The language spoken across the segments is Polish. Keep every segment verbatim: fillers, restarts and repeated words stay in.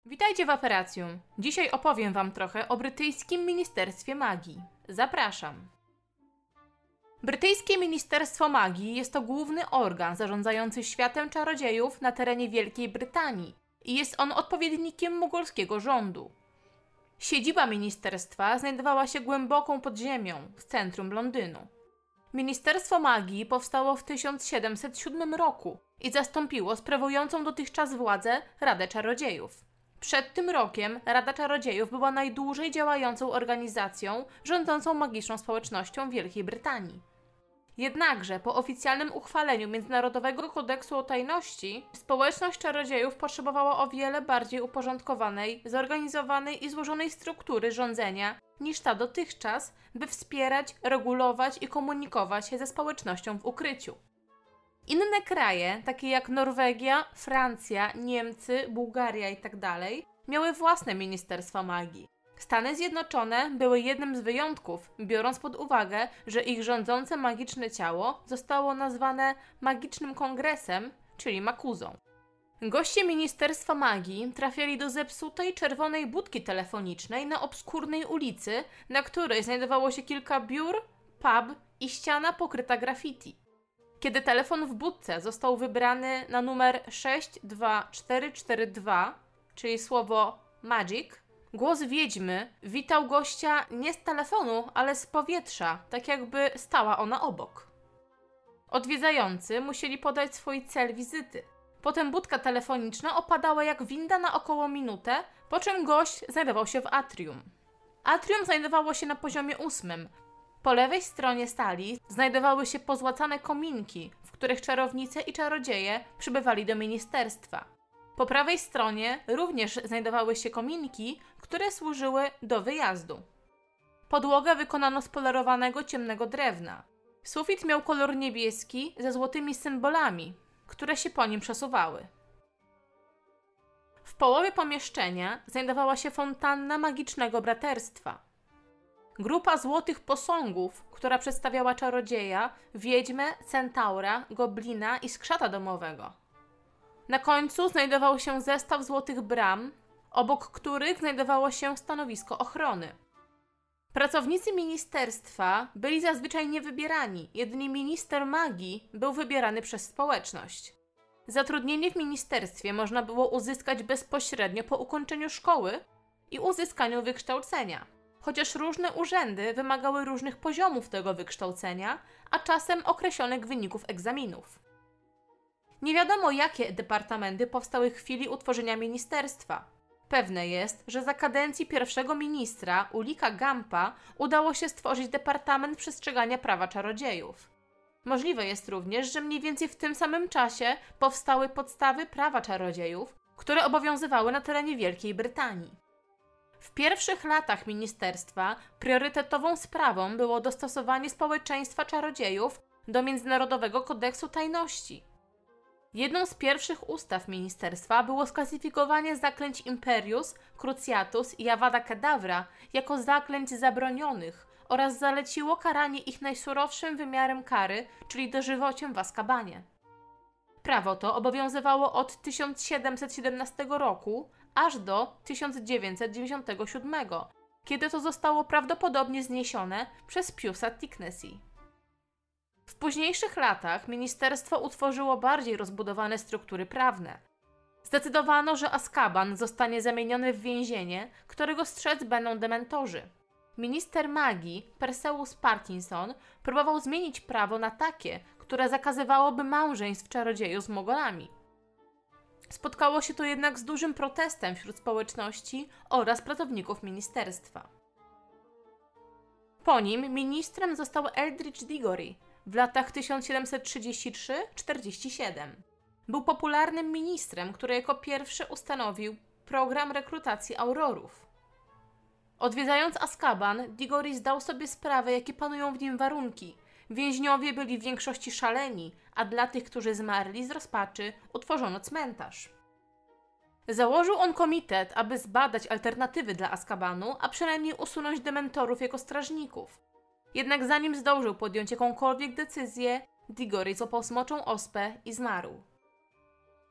Witajcie w Aperacjum. Dzisiaj opowiem wam trochę o brytyjskim Ministerstwie Magii. Zapraszam. Brytyjskie Ministerstwo Magii jest to główny organ zarządzający światem czarodziejów na terenie Wielkiej Brytanii i jest on odpowiednikiem mugolskiego rządu. Siedziba ministerstwa znajdowała się głęboką pod ziemią w centrum Londynu. Ministerstwo Magii powstało w tysiąc siedemset siódmym roku i zastąpiło sprawującą dotychczas władzę Radę Czarodziejów. Przed tym rokiem Rada Czarodziejów była najdłużej działającą organizacją rządzącą magiczną społecznością Wielkiej Brytanii. Jednakże po oficjalnym uchwaleniu Międzynarodowego Kodeksu o Tajności społeczność czarodziejów potrzebowała o wiele bardziej uporządkowanej, zorganizowanej i złożonej struktury rządzenia niż ta dotychczas, by wspierać, regulować i komunikować się ze społecznością w ukryciu. Inne kraje, takie jak Norwegia, Francja, Niemcy, Bułgaria itd., miały własne ministerstwa magii. Stany Zjednoczone były jednym z wyjątków, biorąc pod uwagę, że ich rządzące magiczne ciało zostało nazwane Magicznym Kongresem, czyli Makuzą. Goście Ministerstwa Magii trafiali do zepsutej czerwonej budki telefonicznej na obskurnej ulicy, na której znajdowało się kilka biur, pub i ściana pokryta graffiti. Kiedy telefon w budce został wybrany na numer sześć dwa cztery cztery dwa, czyli słowo magic, głos wiedźmy witał gościa nie z telefonu, ale z powietrza, tak jakby stała ona obok. Odwiedzający musieli podać swój cel wizyty. Potem budka telefoniczna opadała jak winda na około minutę, po czym gość znajdował się w atrium. Atrium znajdowało się na poziomie ósmym. Po lewej stronie sali znajdowały się pozłacane kominki, w których czarownice i czarodzieje przybywali do ministerstwa. Po prawej stronie również znajdowały się kominki, które służyły do wyjazdu. Podłogę wykonano z polerowanego ciemnego drewna. Sufit miał kolor niebieski ze złotymi symbolami, które się po nim przesuwały. W połowie pomieszczenia znajdowała się fontanna magicznego braterstwa. Grupa złotych posągów, która przedstawiała czarodzieja, wiedźmę, centaura, goblina i skrzata domowego. Na końcu znajdował się zestaw złotych bram, obok których znajdowało się stanowisko ochrony. Pracownicy ministerstwa byli zazwyczaj niewybierani, jedynie minister magii był wybierany przez społeczność. Zatrudnienie w ministerstwie można było uzyskać bezpośrednio po ukończeniu szkoły i uzyskaniu wykształcenia, chociaż różne urzędy wymagały różnych poziomów tego wykształcenia, a czasem określonych wyników egzaminów. Nie wiadomo, jakie departamenty powstały w chwili utworzenia ministerstwa. Pewne jest, że za kadencji pierwszego ministra, Ulrika Gampa, udało się stworzyć Departament Przestrzegania Prawa Czarodziejów. Możliwe jest również, że mniej więcej w tym samym czasie powstały podstawy prawa czarodziejów, które obowiązywały na terenie Wielkiej Brytanii. W pierwszych latach ministerstwa priorytetową sprawą było dostosowanie społeczeństwa czarodziejów do Międzynarodowego Kodeksu Tajności. Jedną z pierwszych ustaw ministerstwa było sklasyfikowanie zaklęć Imperius, Cruciatus i Avada Kedavra jako zaklęć zabronionych oraz zaleciło karanie ich najsurowszym wymiarem kary, czyli dożywociem w Azkabanie. Prawo to obowiązywało od tysiąc siedemset siedemnastego roku aż do tysiąc dziewięćset dziewięćdziesiątego siódmego, kiedy to zostało prawdopodobnie zniesione przez Piusa Tyknesi. W późniejszych latach ministerstwo utworzyło bardziej rozbudowane struktury prawne. Zdecydowano, że Azkaban zostanie zamieniony w więzienie, którego strzec będą dementorzy. Minister magii, Perseus Parkinson, próbował zmienić prawo na takie, które zakazywałoby małżeństw czarodziejów z Mogolami. Spotkało się to jednak z dużym protestem wśród społeczności oraz pracowników ministerstwa. Po nim ministrem został Eldridge Diggory w latach tysiąc siedemset trzydziestym trzecim do czterdziestego siódmego. Był popularnym ministrem, który jako pierwszy ustanowił program rekrutacji aurorów. Odwiedzając Azkaban, Diggory zdał sobie sprawę, jakie panują w nim warunki. Więźniowie byli w większości szaleni, a dla tych, którzy zmarli z rozpaczy, utworzono cmentarz. Założył on komitet, aby zbadać alternatywy dla Azkabanu, a przynajmniej usunąć dementorów jako strażników. Jednak zanim zdążył podjąć jakąkolwiek decyzję, Diggory złapał smoczą ospę i zmarł.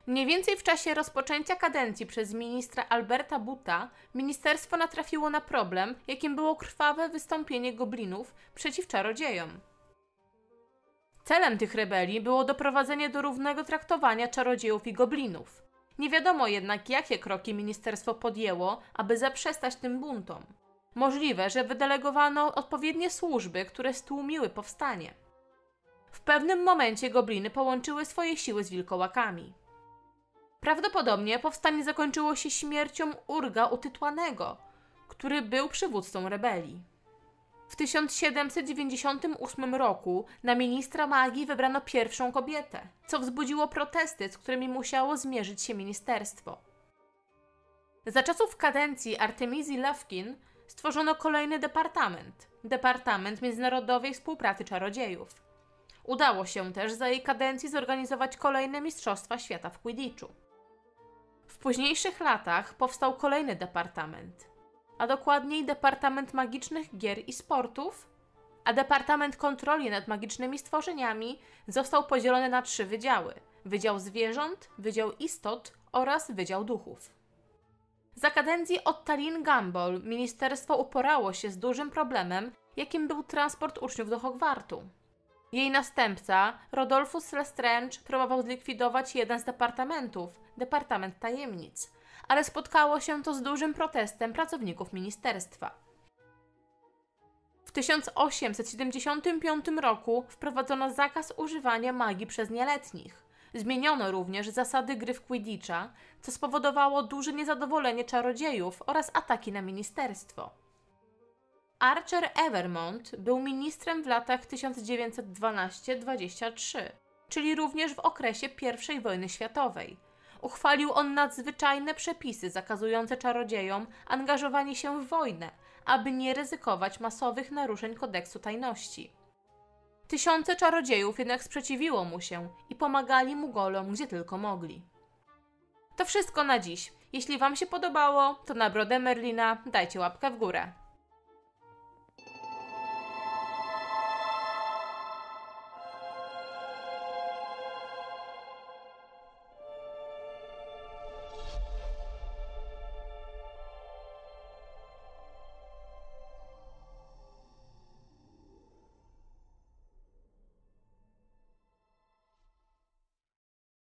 Mniej więcej w czasie rozpoczęcia kadencji przez ministra Alberta Boota ministerstwo natrafiło na problem, jakim było krwawe wystąpienie goblinów przeciw czarodziejom. Celem tych rebelii było doprowadzenie do równego traktowania czarodziejów i goblinów. Nie wiadomo jednak, jakie kroki ministerstwo podjęło, aby zaprzestać tym buntom. Możliwe, że wydelegowano odpowiednie służby, które stłumiły powstanie. W pewnym momencie gobliny połączyły swoje siły z wilkołakami. Prawdopodobnie powstanie zakończyło się śmiercią Urga Utytłanego, który był przywódcą rebelii. W tysiąc siedemset dziewięćdziesiątym ósmym roku na ministra magii wybrano pierwszą kobietę, co wzbudziło protesty, z którymi musiało zmierzyć się ministerstwo. Za czasów kadencji Artemizji Lufkin stworzono kolejny departament – Departament Międzynarodowej Współpracy Czarodziejów. Udało się też za jej kadencji zorganizować kolejne Mistrzostwa Świata w Quidditchu. W późniejszych latach powstał kolejny departament, a dokładniej Departament Magicznych Gier i Sportów, a Departament Kontroli nad Magicznymi Stworzeniami został podzielony na trzy wydziały – Wydział Zwierząt, Wydział Istot oraz Wydział Duchów. Za kadencji Ottalin Gumball ministerstwo uporało się z dużym problemem, jakim był transport uczniów do Hogwartu. Jej następca, Rodolphus Lestrange, próbował zlikwidować jeden z departamentów, Departament Tajemnic, ale spotkało się to z dużym protestem pracowników ministerstwa. W tysiąc osiemset siedemdziesiątym piątym roku wprowadzono zakaz używania magii przez nieletnich. Zmieniono również zasady gry w Quidditcha, co spowodowało duże niezadowolenie czarodziejów oraz ataki na ministerstwo. Archer Evermont był ministrem w latach tysiąc dziewięćset dwanaście do dwudziestego trzeciego, czyli również w okresie pierwszej wojny światowej. Uchwalił on nadzwyczajne przepisy zakazujące czarodziejom angażowanie się w wojnę, aby nie ryzykować masowych naruszeń kodeksu tajności. Tysiące czarodziejów jednak sprzeciwiło mu się i pomagali Mugolom, gdzie tylko mogli. To wszystko na dziś. Jeśli Wam się podobało, to na brodę Merlina dajcie łapkę w górę.